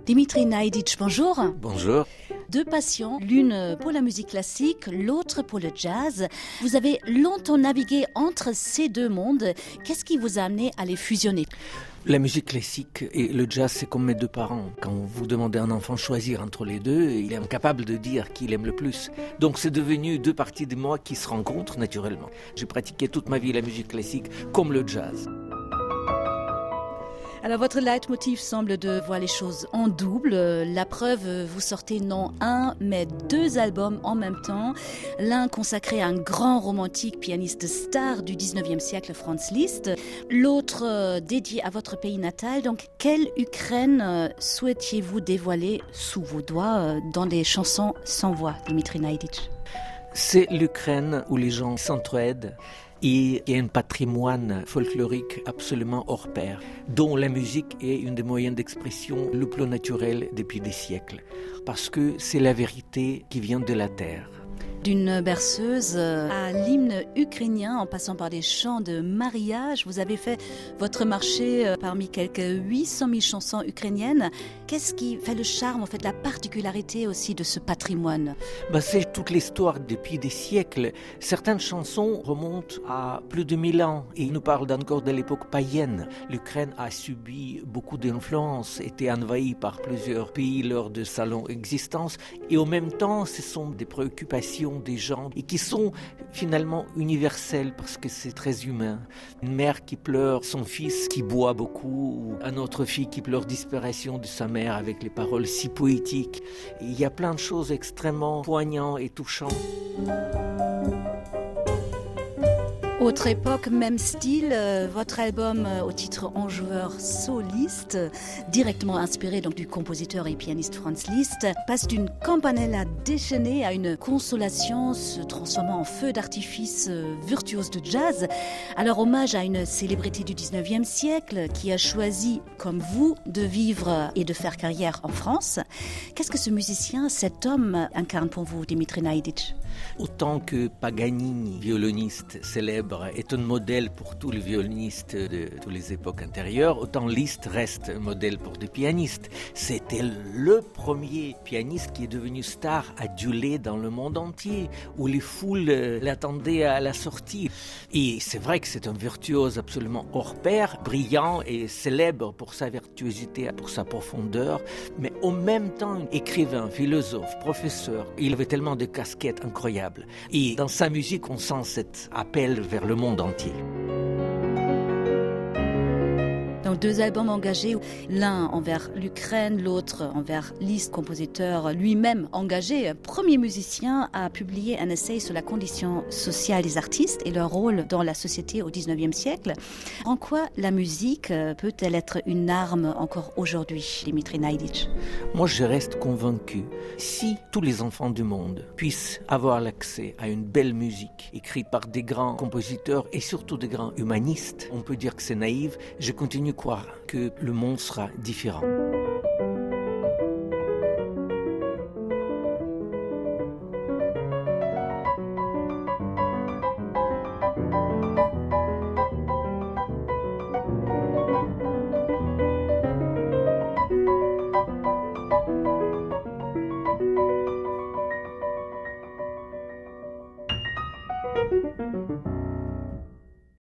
Dimitri Naïdic, bonjour. Bonjour. Deux passions, l'une pour la musique classique, l'autre pour le jazz. Vous avez longtemps navigué entre ces deux mondes. Qu'est-ce qui vous a amené à les fusionner ? La musique classique et le jazz, c'est comme mes deux parents. Quand vous demandez à un enfant de choisir entre les deux, il est incapable de dire qui il aime le plus. Donc c'est devenu deux parties de moi qui se rencontrent naturellement. J'ai pratiqué toute ma vie la musique classique comme le jazz. Alors votre leitmotiv semble de voir les choses en double. La preuve, vous sortez non un, mais deux albums en même temps. L'un consacré à un grand romantique pianiste star du 19e siècle, Franz Liszt. L'autre dédié à votre pays natal. Donc, quelle Ukraine souhaitiez-vous dévoiler sous vos doigts dans des chansons sans voix, Dimitri Naïdic ? C'est l'Ukraine où les gens s'entraident. Et il y a un patrimoine folklorique absolument hors pair, dont la musique est une des moyens d'expression le plus naturel depuis des siècles, parce que c'est la vérité qui vient de la terre. D'une berceuse à l'hymne ukrainien, en passant par des chants de mariage, vous avez fait votre marché parmi quelques 800 000 chansons ukrainiennes. Qu'est-ce qui fait le charme, en fait, la particularité aussi de ce patrimoine ? C'est toute l'histoire depuis des siècles. Certaines chansons remontent à plus de 1000 ans et nous parlent encore de l'époque païenne. L'Ukraine a subi beaucoup d'influences, été envahie par plusieurs pays lors de sa longue existence et en même temps, ce sont des préoccupations des gens et qui sont finalement universelles parce que c'est très humain. Une mère qui pleure son fils qui boit beaucoup ou une autre fille qui pleure disparition de sa mère avec les paroles si poétiques. Et il y a plein de choses extrêmement poignantes et touchantes. Autre époque, même style, votre album au titre En joueur soliste, directement inspiré donc du compositeur et pianiste Franz Liszt, passe d'une campanella déchaînée à une consolation se transformant en feu d'artifice virtuose de jazz. Alors hommage à une célébrité du 19e siècle qui a choisi, comme vous, de vivre et de faire carrière en France. Qu'est-ce que ce musicien, cet homme, incarne pour vous, Dimitri Naïdic ? Autant que Paganini, violoniste célèbre, est un modèle pour tous les violonistes de toutes les époques antérieures, autant Liszt reste un modèle pour des pianistes. C'était le premier pianiste qui est devenu star adulé dans le monde entier, où les foules l'attendaient à la sortie. Et c'est vrai que c'est un virtuose absolument hors pair, brillant et célèbre pour sa virtuosité, pour sa profondeur, mais en même temps écrivain, philosophe, professeur. Il avait tellement de casquettes incroyables. Et dans sa musique, on sent cet appel vers le monde entier. Donc deux albums engagés, l'un envers l'Ukraine, l'autre envers Liszt, compositeur lui-même engagé. Premier musicien à publier un essai sur la condition sociale des artistes et leur rôle dans la société au 19e siècle. En quoi la musique peut-elle être une arme encore aujourd'hui, Dimitri Naïdic ? Moi, je reste convaincu. Si tous les enfants du monde puissent avoir l'accès à une belle musique écrite par des grands compositeurs et surtout des grands humanistes, on peut dire que c'est naïf. Je continue à croire que le monde sera différent.